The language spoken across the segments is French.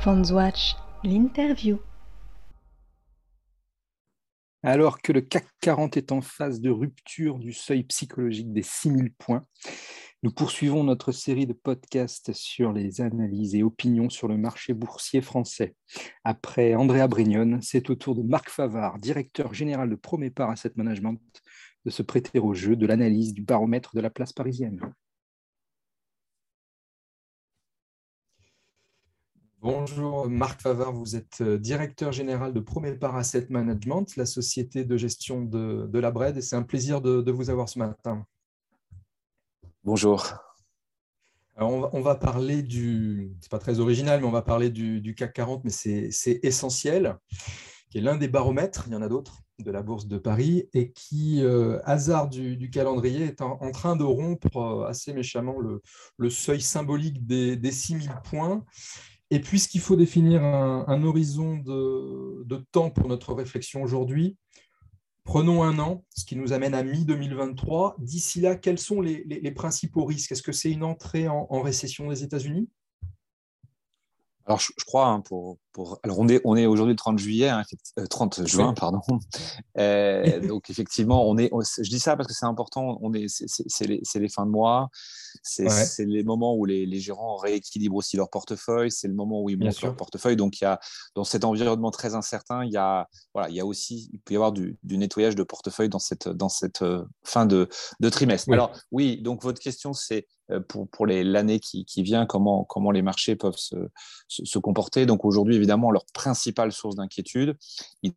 Fondswatch, l'interview. Alors que le CAC 40 est en phase de rupture du seuil psychologique des 6000 points, nous poursuivons notre série de podcasts sur les analyses et opinions sur le marché boursier français. Après Andrea Brignone, c'est au tour de Marc Favard, directeur général de Promépar Asset Management, de se prêter au jeu de l'analyse du baromètre de la place parisienne. Bonjour Marc Favard, vous êtes directeur général de Promépar Asset Management, la société de gestion de la BRED, et c'est un plaisir de vous avoir ce matin. Bonjour. Alors on va parler c'est pas très original, mais on va parler du CAC 40, mais c'est essentiel, qui est l'un des baromètres, il y en a d'autres, de la Bourse de Paris, et qui, hasard du calendrier, est en train de rompre assez méchamment le seuil symbolique des 6000 points. Et puisqu'il faut définir un horizon de temps pour notre réflexion aujourd'hui, prenons un an, ce qui nous amène à mi-2023. D'ici là, quels sont les principaux risques? Est-ce que c'est une entrée en récession des États-Unis? Alors, je crois, alors on est aujourd'hui le 30 juillet, 30 juin, pardon. Donc, effectivement, je dis ça parce que c'est important. C'est les fins de mois. C'est les moments où les gérants rééquilibrent aussi leur portefeuille. C'est le moment où ils montent leur portefeuille. Donc, dans cet environnement très incertain, il peut y avoir du nettoyage de portefeuille dans cette fin de trimestre. Oui. Alors, oui, donc votre question, c'est pour l'année qui vient, comment les marchés peuvent se comporter. Donc, aujourd'hui, évidemment, leur principale source d'inquiétude, il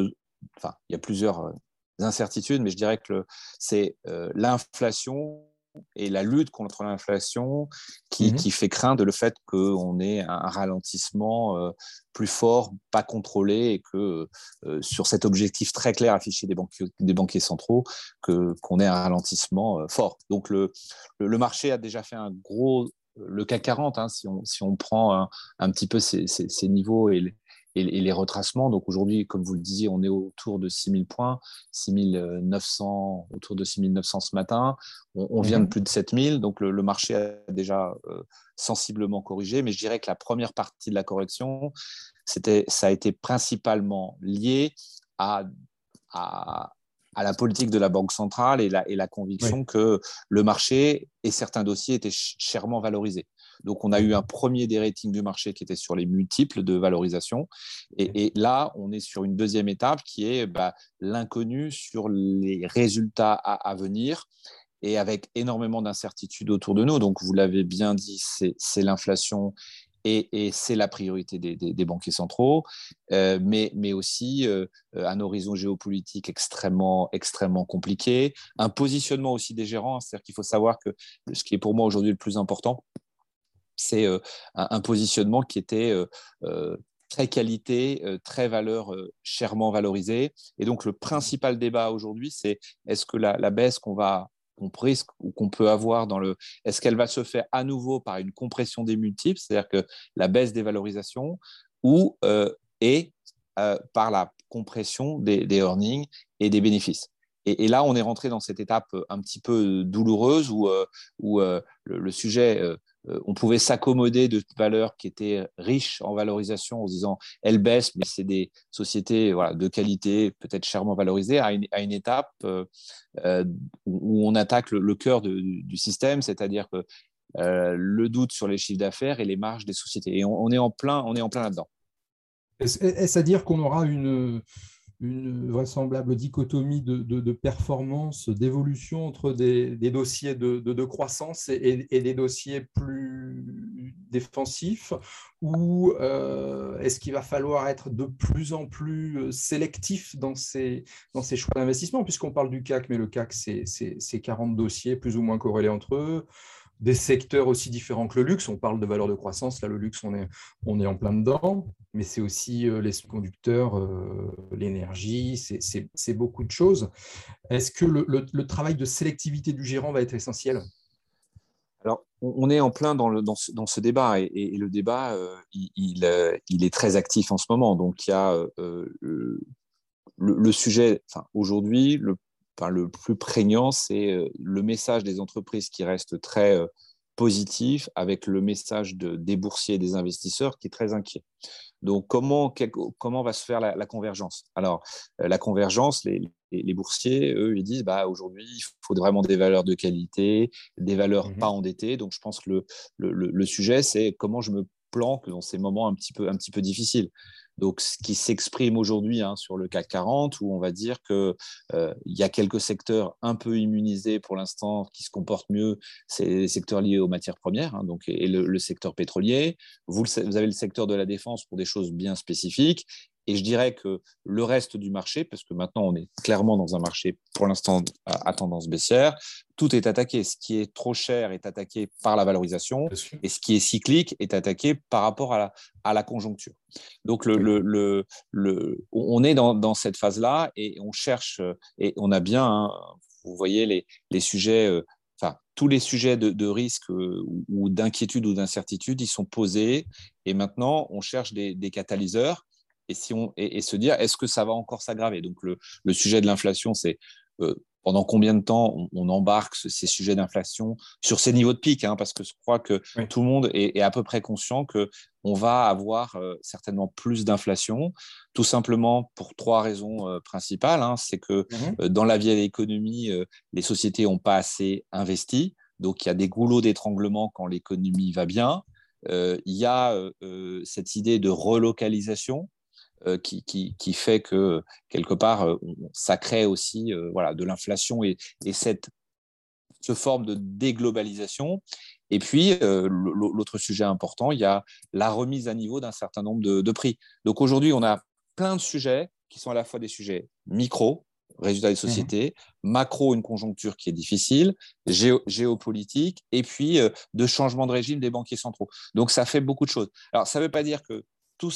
y a plusieurs incertitudes, mais je dirais que c'est l'inflation et la lutte contre l'inflation qui fait craindre le fait qu'on ait un ralentissement plus fort, pas contrôlé, et que sur cet objectif très clair affiché des banquiers centraux, qu'on ait un ralentissement fort. Donc le marché a déjà fait le CAC 40, si on prend un petit peu ces niveaux et les retracements. Donc aujourd'hui, comme vous le disiez, on est autour de 6000 points, 6900, autour de 6900 ce matin. On vient de plus de 7000, donc le marché a déjà sensiblement corrigé. Mais je dirais que la première partie de la correction, ça a été principalement lié à la politique de la Banque centrale et la conviction que le marché et certains dossiers étaient chèrement valorisés. Donc, on a eu un premier dérating du marché qui était sur les multiples de valorisation. Et là, on est sur une deuxième étape qui est l'inconnu sur les résultats à venir, et avec énormément d'incertitudes autour de nous. Donc, vous l'avez bien dit, c'est l'inflation et c'est la priorité des banquiers centraux, mais aussi un horizon géopolitique extrêmement, extrêmement compliqué, un positionnement aussi des gérants. C'est-à-dire qu'il faut savoir que ce qui est pour moi aujourd'hui le plus important, c'est un positionnement qui était très qualité, très valeur, chèrement valorisée. Et donc, le principal débat aujourd'hui, c'est est-ce que la baisse qu'on risque ou qu'on peut avoir est-ce qu'elle va se faire à nouveau par une compression des multiples, c'est-à-dire que la baisse des valorisations, ou par la compression des earnings et des bénéfices. Et là, on est rentré dans cette étape un petit peu douloureuse où le sujet, on pouvait s'accommoder de valeurs qui étaient riches en valorisation en se disant elles baissent, mais c'est des sociétés de qualité, peut-être chèrement valorisées, à une étape où on attaque le cœur du système, c'est-à-dire que le doute sur les chiffres d'affaires et les marges des sociétés. Et on est en plein là-dedans. Est-ce à dire qu'on aura une vraisemblable dichotomie de performance, d'évolution entre des dossiers de croissance et des dossiers plus défensifs, ou est-ce qu'il va falloir être de plus en plus sélectif dans ces choix d'investissement, puisqu'on parle du CAC, mais le CAC, c'est 40 dossiers plus ou moins corrélés entre eux, des secteurs aussi différents que le luxe. On parle de valeur de croissance, là le luxe on est en plein dedans, mais c'est aussi les conducteurs, l'énergie, c'est beaucoup de choses. Est-ce que le travail de sélectivité du gérant va être essentiel? Alors, on est en plein dans ce débat, et le débat, il est très actif en ce moment. Donc, il y a le sujet, aujourd'hui, le plus prégnant, c'est le message des entreprises qui reste très positif avec le message des boursiers et des investisseurs qui est très inquiet. Donc, comment va se faire la convergence? Alors, la convergence, les boursiers, eux, ils disent aujourd'hui, il faut vraiment des valeurs de qualité, des valeurs pas endettées. Donc, je pense que le sujet, c'est comment je me planque dans ces moments un petit peu difficiles. Donc, ce qui s'exprime aujourd'hui sur le CAC 40, où on va dire qu'il y a quelques secteurs un peu immunisés pour l'instant qui se comportent mieux, c'est les secteurs liés aux matières premières, donc, et le secteur pétrolier. Vous avez le secteur de la défense pour des choses bien spécifiques. Et je dirais que le reste du marché, parce que maintenant on est clairement dans un marché pour l'instant à tendance baissière, tout est attaqué. Ce qui est trop cher est attaqué par la valorisation et ce qui est cyclique est attaqué par rapport à la conjoncture. Donc on est dans cette phase-là et on cherche, et on a bien, vous voyez les sujets, tous les sujets de risque ou d'inquiétude ou d'incertitude, ils sont posés et maintenant on cherche des catalyseurs. Et se dire, est-ce que ça va encore s'aggraver? Donc, le sujet de l'inflation, c'est pendant combien de temps on embarque ces sujets d'inflation sur ces niveaux de pic, parce que je crois que tout le monde est à peu près conscient qu'on va avoir certainement plus d'inflation, tout simplement pour 3 raisons principales. C'est que dans la vieille économie, les sociétés n'ont pas assez investi, donc il y a des goulots d'étranglement quand l'économie va bien. Il y a cette idée de relocalisation, qui fait que quelque part ça crée aussi de l'inflation et cette forme de déglobalisation. Et puis l'autre sujet important, il y a la remise à niveau d'un certain nombre de prix. Donc aujourd'hui on a plein de sujets qui sont à la fois des sujets micro, résultats des sociétés, macro, une conjoncture qui est difficile, géopolitique, et puis de changement de régime des banquiers centraux. Donc ça fait beaucoup de choses. Alors ça ne veut pas dire que tous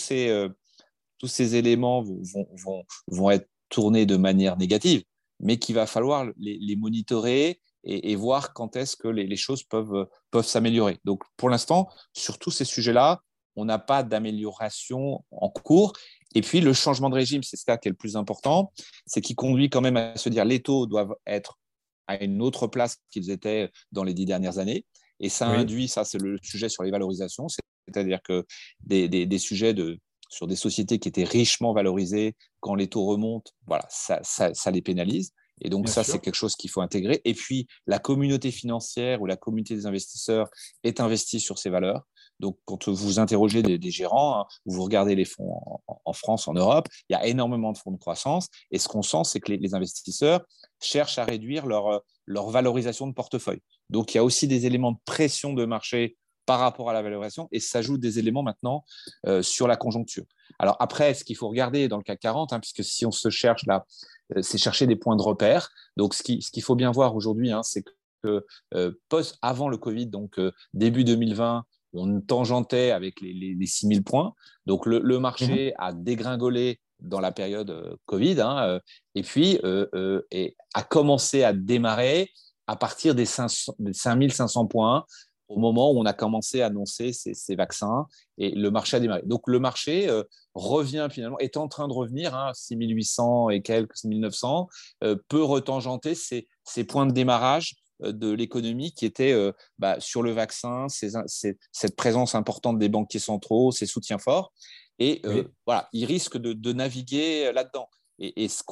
ces éléments vont être tournés de manière négative, mais qu'il va falloir les monitorer et voir quand est-ce que les choses peuvent s'améliorer. Donc, pour l'instant, sur tous ces sujets-là, on n'a pas d'amélioration en cours. Et puis, le changement de régime, c'est ça qui est le plus important, c'est qu'il conduit quand même à se dire les taux doivent être à une autre place qu'ils étaient dans les 10 dernières années. Et ça induit, ça c'est le sujet sur les valorisations, c'est-à-dire que des sujets sur des sociétés qui étaient richement valorisées, quand les taux remontent, ça les pénalise. Et donc, c'est quelque chose qu'il faut intégrer. Et puis, la communauté financière ou la communauté des investisseurs est investie sur ces valeurs. Donc, quand vous interrogez des gérants, vous regardez les fonds en France, en Europe, il y a énormément de fonds de croissance. Et ce qu'on sent, c'est que les investisseurs cherchent à réduire leur valorisation de portefeuille. Donc, il y a aussi des éléments de pression de marché par rapport à la valorisation et s'ajoutent des éléments maintenant sur la conjoncture. Alors après, ce qu'il faut regarder dans le CAC 40, puisque si on se cherche là, c'est chercher des points de repère. Donc ce qu'il faut bien voir aujourd'hui, c'est que avant le Covid, donc début 2020, on tangentait avec les 6000 points. Donc le marché a dégringolé dans la période Covid et puis a commencé à démarrer à partir des 5500 points au moment où on a commencé à annoncer ces vaccins et le marché a démarré. Donc, le marché revient finalement, est en train de revenir, 6800 et quelques, 6900, peut retangenter ces points de démarrage de l'économie qui étaient sur le vaccin, cette présence importante des banquiers centraux, ces soutiens forts. Et il risque de naviguer là-dedans. Et ce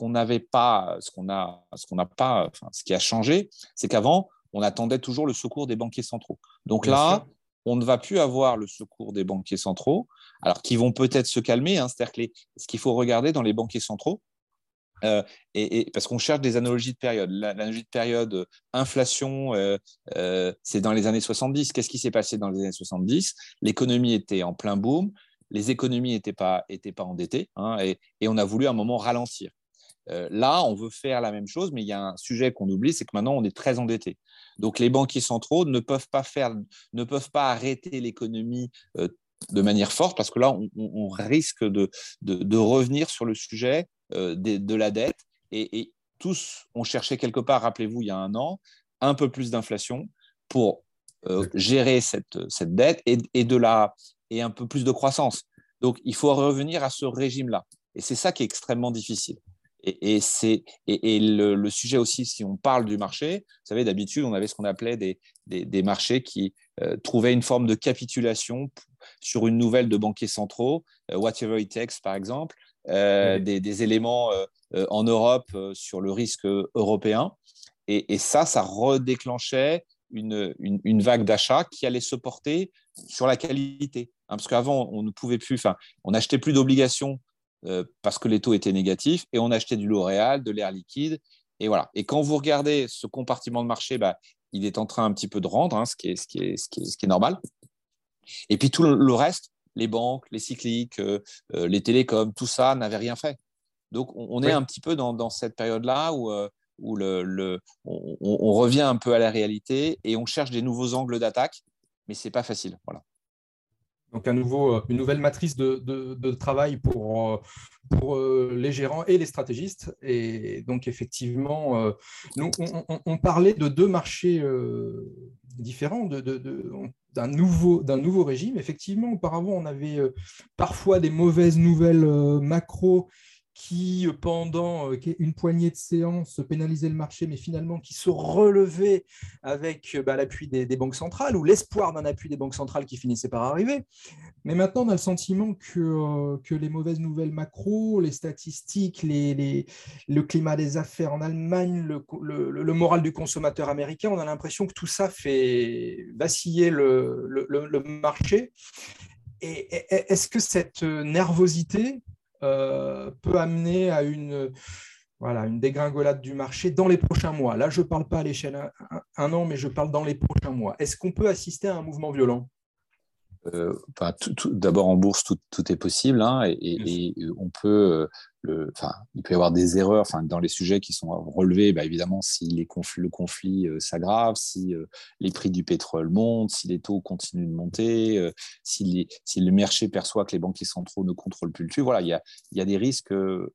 qui a changé, c'est qu'avant, on attendait toujours le secours des banquiers centraux. Donc on ne va plus avoir le secours des banquiers centraux, alors qu'ils vont peut-être se calmer. C'est-à-dire que ce qu'il faut regarder dans les banquiers centraux, parce qu'on cherche des analogies de période. L'analogie de période inflation, c'est dans les années 70. Qu'est-ce qui s'est passé dans les années 70 ? L'économie était en plein boom, les économies n'étaient pas endettées, et on a voulu à un moment ralentir. Là, on veut faire la même chose, mais il y a un sujet qu'on oublie, c'est que maintenant, on est très endetté. Donc, les banquiers centraux ne peuvent pas arrêter l'économie de manière forte, parce que là, on risque de revenir sur le sujet de la dette. Et tous ont cherché quelque part, rappelez-vous, il y a un an, un peu plus d'inflation pour gérer cette dette et un peu plus de croissance. Donc, il faut revenir à ce régime-là. Et c'est ça qui est extrêmement difficile. Et le sujet aussi, si on parle du marché, vous savez, d'habitude, on avait ce qu'on appelait des marchés qui trouvaient une forme de capitulation sur une nouvelle de banquiers centraux, whatever it takes par exemple, des éléments en Europe sur le risque européen. Et ça redéclenchait une vague d'achat qui allait se porter sur la qualité. Parce qu'avant, on ne pouvait plus, on n'achetait plus d'obligations parce que les taux étaient négatifs et on achetait du L'Oréal, de l'air liquide. Et voilà. Et quand vous regardez ce compartiment de marché, il est en train un petit peu de rendre, ce qui est normal. Et puis tout le reste, les banques, les cycliques, les télécoms, tout ça n'avait rien fait. Donc on est un petit peu dans cette période-là où on revient un peu à la réalité et on cherche des nouveaux angles d'attaque, mais c'est pas facile. Voilà. Donc une nouvelle matrice de travail pour les gérants et les stratégistes. Et donc effectivement, nous, on parlait de deux marchés différents, d'un nouveau régime. Effectivement, auparavant, on avait parfois des mauvaises nouvelles macro qui, pendant une poignée de séances, pénalisaient le marché, mais finalement qui se relevaient avec l'appui des banques centrales ou l'espoir d'un appui des banques centrales qui finissait par arriver. Mais maintenant, on a le sentiment que les mauvaises nouvelles macro, les statistiques, le climat des affaires en Allemagne, le moral du consommateur américain, on a l'impression que tout ça fait vaciller le marché. Et est-ce que cette nervosité peut amener à une dégringolade du marché dans les prochains mois? Là, je ne parle pas à l'échelle un an, mais je parle dans les prochains mois. Est-ce qu'on peut assister à un mouvement violent? D'abord, en bourse, tout est possible, et on peut, il peut y avoir des erreurs dans les sujets qui sont relevés, évidemment, si le conflit s'aggrave, si les prix du pétrole montent, si les taux continuent de monter, si le marché perçoit que les banquiers centraux ne contrôlent plus le flux. Voilà, il y a des risques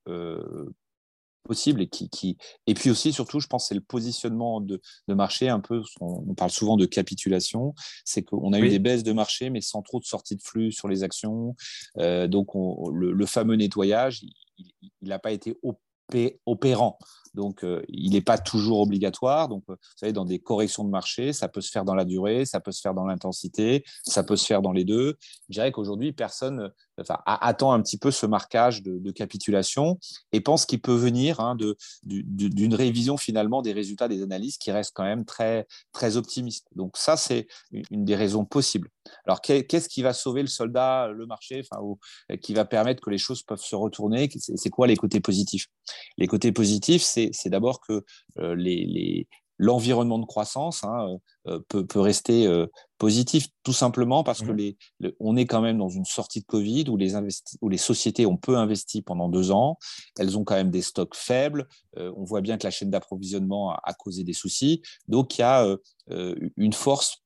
possible et puis aussi surtout je pense c'est le positionnement de marché un peu. On parle souvent de capitulation, c'est qu'on a eu des baisses de marché mais sans trop de sortie de flux sur les actions, donc le fameux nettoyage il n'a pas été opérant. Donc, il n'est pas toujours obligatoire. Donc, vous savez, dans des corrections de marché, ça peut se faire dans la durée, ça peut se faire dans l'intensité, ça peut se faire dans les deux. Je dirais qu'aujourd'hui, personne attend un petit peu ce marquage de capitulation et pense qu'il peut venir d'une révision finalement des résultats des analyses qui restent quand même très, très optimistes. Donc, ça, c'est une des raisons possibles. Alors, qu'est-ce qui va sauver le soldat, le marché, ou qui va permettre que les choses peuvent se retourner? C'est quoi les côtés positifs? Les côtés positifs, c'est d'abord que l'environnement de croissance peut rester positif, tout simplement parce que on est quand même dans une sortie de Covid où les sociétés ont peu investi pendant 2 ans. Elles ont quand même des stocks faibles. On voit bien que la chaîne d'approvisionnement a causé des soucis. Donc, il y a une force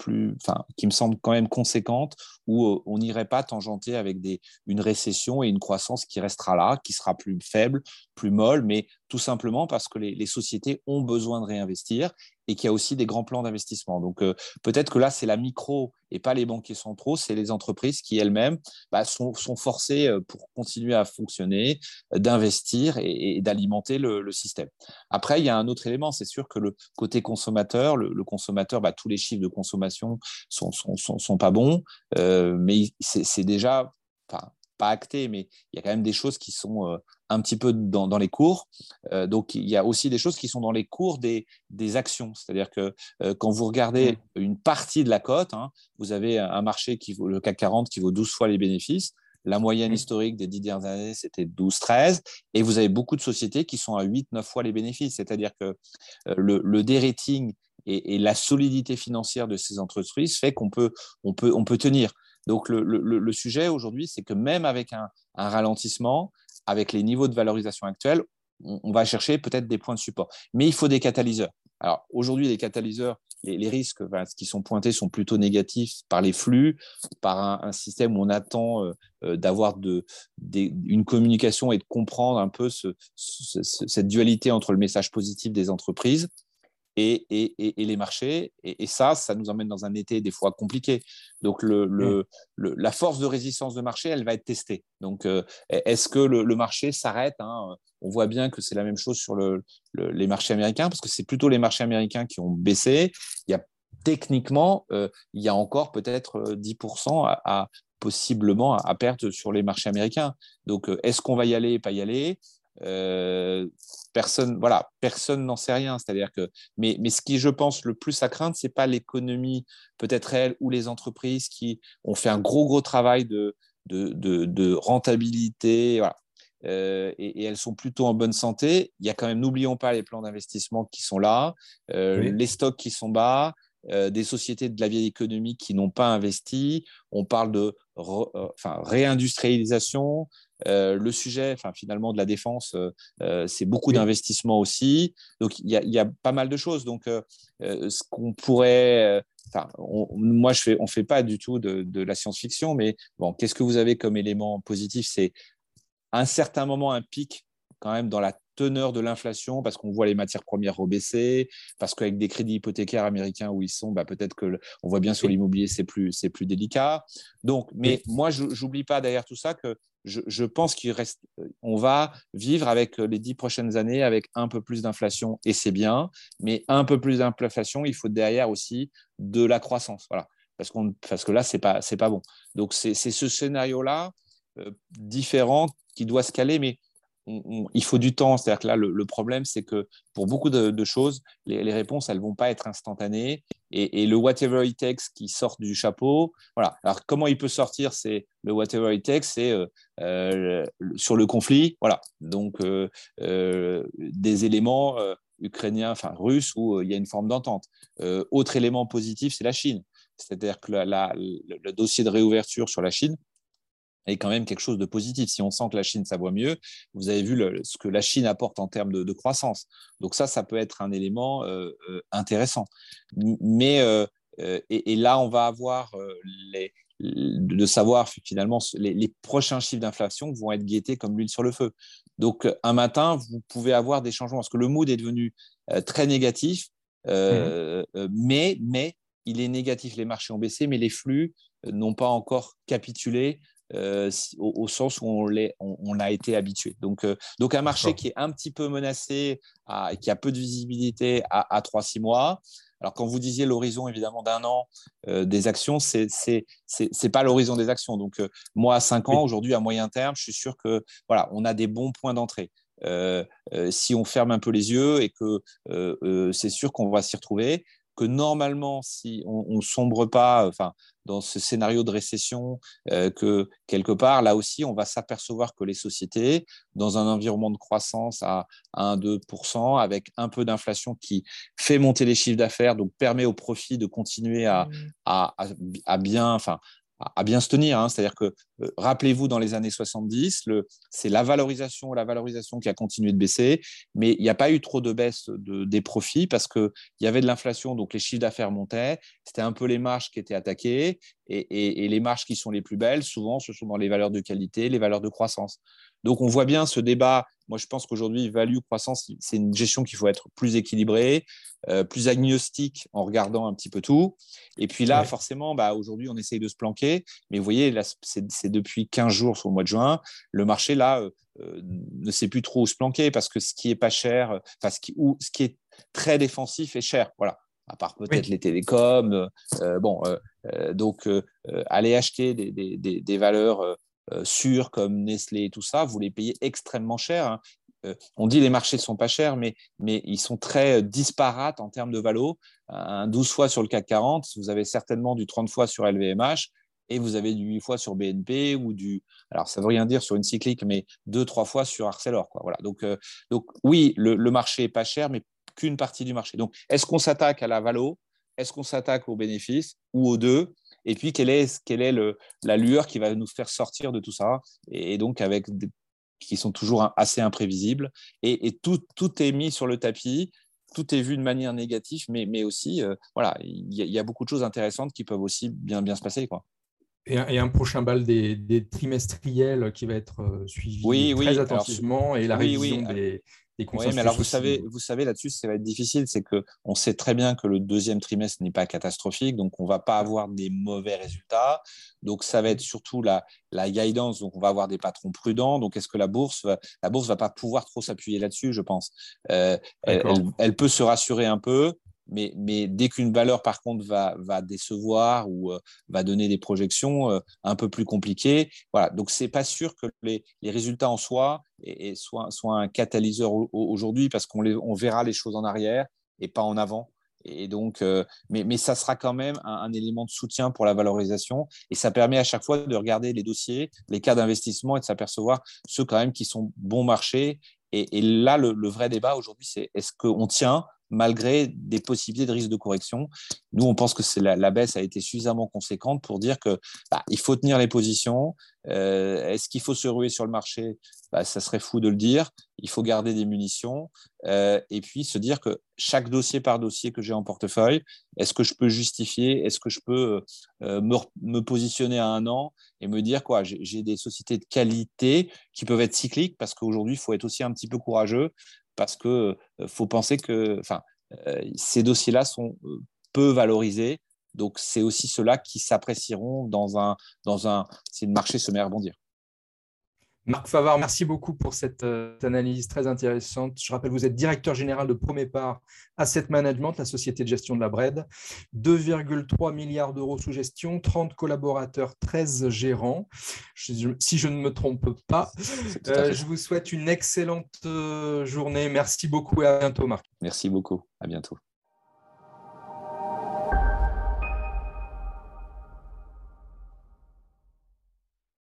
qui me semble quand même conséquente où on n'irait pas tangenter avec une récession et une croissance qui restera là, qui sera plus faible, plus molle, mais tout simplement parce que les sociétés ont besoin de réinvestir et qu'il y a aussi des grands plans d'investissement. Donc, peut-être que là, c'est la micro et pas les banquiers centraux, c'est les entreprises qui elles-mêmes sont forcées, pour continuer à fonctionner, d'investir et d'alimenter le système. Après, il y a un autre élément, c'est sûr que le côté consommateur, le consommateur, tous les chiffres de consommation sont pas bons, mais c'est déjà pas acté, mais il y a quand même des choses qui sont un petit peu dans les cours. Donc, il y a aussi des choses qui sont dans les cours des actions. C'est-à-dire que quand vous regardez une partie de la cote, vous avez un marché le CAC 40 qui vaut 12 fois les bénéfices. La moyenne historique des 10 dernières années, c'était 12-13. Et vous avez beaucoup de sociétés qui sont à 8-9 fois les bénéfices. C'est-à-dire que le dérating et la solidité financière de ces entreprises fait qu'on peut tenir. Donc, le sujet aujourd'hui, c'est que même avec un ralentissement, avec les niveaux de valorisation actuels, on va chercher peut-être des points de support. Mais il faut des catalyseurs. Alors, aujourd'hui, les catalyseurs, les risques qui sont pointés sont plutôt négatifs par les flux, par un système où on attend d'avoir une communication et de comprendre un peu cette dualité entre le message positif des entreprises et les marchés. Et ça nous emmène dans un été des fois compliqué. Donc, la force de résistance de marché, elle va être testée. Donc, est-ce que le marché s'arrête? On voit bien que c'est la même chose sur les marchés américains, parce que c'est plutôt les marchés américains qui ont baissé. Il y a techniquement, il y a encore peut-être 10% possiblement à perdre sur les marchés américains. Donc, est-ce qu'on va y aller, pas y aller? Personne n'en sait rien. C'est-à-dire que, mais ce qui, je pense, le plus à craindre, c'est pas l'économie peut-être réelle ou les entreprises qui ont fait un gros travail de rentabilité. Voilà. Et elles sont plutôt en bonne santé. Il y a quand même, n'oublions pas les plans d'investissement qui sont là, Oui. les stocks qui sont bas, des sociétés de la vieille économie qui n'ont pas investi. On parle de réindustrialisation. Le sujet, finalement, de la défense, c'est beaucoup Oui. d'investissements aussi. Donc, il y a pas mal de choses. Donc, ce qu'on pourrait... on fait pas du tout de la science-fiction, mais bon, qu'est-ce que vous avez comme élément positif? C'est à un certain moment un pic quand même dans la teneur de l'inflation parce qu'on voit les matières premières rebaisser, parce qu'avec des crédits hypothécaires américains où ils sont, peut-être on voit bien sur l'immobilier, c'est plus délicat. Donc, mais moi, je n'oublie pas derrière tout ça que je pense on va vivre avec les 10 prochaines années avec un peu plus d'inflation et c'est bien, mais un peu plus d'inflation, il faut derrière aussi de la croissance. Voilà. Parce que là, c'est pas bon. Donc, c'est ce scénario-là différent qui doit se caler, mais il faut du temps. C'est-à-dire que là, le problème, c'est que pour beaucoup de choses, les réponses, elles ne vont pas être instantanées. Et le whatever it takes qui sort du chapeau, voilà. Alors, comment il peut sortir, c'est le whatever it takes, c'est sur le conflit, voilà. Donc, des éléments ukrainiens, russes, où il y a une forme d'entente. Autre élément positif, c'est la Chine. C'est-à-dire que le dossier de réouverture sur la Chine, est quand même quelque chose de positif. Si on sent que la Chine, ça va mieux, vous avez vu ce que la Chine apporte en termes de croissance. Donc ça peut être un élément intéressant. Mais, et là, on va avoir de savoir finalement les prochains chiffres d'inflation vont être guettés comme l'huile sur le feu. Donc, un matin, vous pouvez avoir des changements parce que le mood est devenu très négatif, mais il est négatif. Les marchés ont baissé, mais les flux n'ont pas encore capitulé au sens où on a été habitué. Donc un marché qui est un petit peu menacé, qui a peu de visibilité à 3-6 mois. Alors, quand vous disiez l'horizon, évidemment, d'un an des actions, c'est pas l'horizon des actions. Donc, moi, à 5 ans, aujourd'hui, à moyen terme, je suis sûr que voilà, on a des bons points d'entrée. Si on ferme un peu les yeux et que c'est sûr qu'on va s'y retrouver, que normalement, si on ne sombre pas dans ce scénario de récession, que quelque part, là aussi, on va s'apercevoir que les sociétés, dans un environnement de croissance à 1-2%, avec un peu d'inflation qui fait monter les chiffres d'affaires, donc permet aux profits de continuer à bien... à bien se tenir. C'est-à-dire que, rappelez-vous, dans les années 70, c'est la valorisation qui a continué de baisser, mais il n'y a pas eu trop de baisse des profits parce qu'il y avait de l'inflation, donc les chiffres d'affaires montaient, c'était un peu les marges qui étaient attaquées, et les marges qui sont les plus belles, souvent, ce sont dans les valeurs de qualité, les valeurs de croissance. Donc, on voit bien ce débat. Moi, je pense qu'aujourd'hui, value, croissance, c'est une gestion qu'il faut être plus équilibrée, plus agnostique en regardant un petit peu tout. Et puis là, forcément, aujourd'hui, on essaye de se planquer. Mais vous voyez, là, c'est depuis 15 jours, sur le mois de juin, le marché, là, ne sait plus trop où se planquer parce que ce qui est pas cher, ce qui est très défensif est cher. Voilà. À part peut-être les télécoms. Donc, aller acheter des valeurs sûrs comme Nestlé et tout ça, vous les payez extrêmement cher. On dit les marchés ne sont pas chers, mais ils sont très disparates en termes de valo. Un 12 fois sur le CAC 40, vous avez certainement du 30 fois sur LVMH et vous avez du 8 fois sur BNP ou alors ça ne veut rien dire sur une cyclique, mais 2-3 fois sur Arcelor. Voilà. Donc oui, le marché n'est pas cher, mais qu'une partie du marché. Donc, est-ce qu'on s'attaque à la valo? Est-ce qu'on s'attaque aux bénéfices ou aux deux? Et puis, quelle est la lueur qui va nous faire sortir de tout ça? Et donc, qui sont toujours assez imprévisibles. Et tout est mis sur le tapis, tout est vu de manière négative, mais aussi, voilà, il y a beaucoup de choses intéressantes qui peuvent aussi bien se passer, quoi. Et un prochain bal des trimestriels qui va être suivi très attentivement, et la révision des consensus. Oui, mais alors vous aussi. savez là-dessus, ça va être difficile. C'est qu'on sait très bien que le deuxième trimestre n'est pas catastrophique, donc on ne va pas avoir des mauvais résultats. Donc ça va être surtout la guidance, donc on va avoir des patrons prudents. Donc est-ce que la bourse va pas pouvoir trop s'appuyer là-dessus, je pense. Elle peut se rassurer un peu. mais dès qu'une valeur, par contre, va décevoir ou va donner des projections un peu plus compliquées, voilà. Donc, ce n'est pas sûr que les résultats en soi soient un catalyseur aujourd'hui parce on verra les choses en arrière et pas en avant. Et donc, mais ça sera quand même un élément de soutien pour la valorisation et ça permet à chaque fois de regarder les dossiers, les cas d'investissement et de s'apercevoir ceux quand même qui sont bon marché. Et là, le vrai débat aujourd'hui, c'est est-ce qu'on tient malgré des possibilités de risque de correction. Nous, on pense que la baisse a été suffisamment conséquente pour dire que il faut tenir les positions. Est-ce qu'il faut se ruer sur le marché? Ça serait fou de le dire. Il faut garder des munitions et puis se dire que chaque dossier par dossier que j'ai en portefeuille, est-ce que je peux justifier? Est-ce que je peux me positionner à 1 an et me dire quoi, j'ai des sociétés de qualité qui peuvent être cycliques parce qu'aujourd'hui, il faut être aussi un petit peu courageux parce qu'il faut penser que ces dossiers-là sont peu valorisés. Donc, c'est aussi ceux-là qui s'apprécieront si le marché se met à rebondir. Marc Favard, merci beaucoup pour cette analyse très intéressante. Je rappelle, vous êtes directeur général de Promépar Asset Management, la société de gestion de la BRED. 2,3 milliards d'euros sous gestion, 30 collaborateurs, 13 gérants. Si je ne me trompe pas, je vous souhaite une excellente journée. Merci beaucoup et à bientôt, Marc. Merci beaucoup. À bientôt.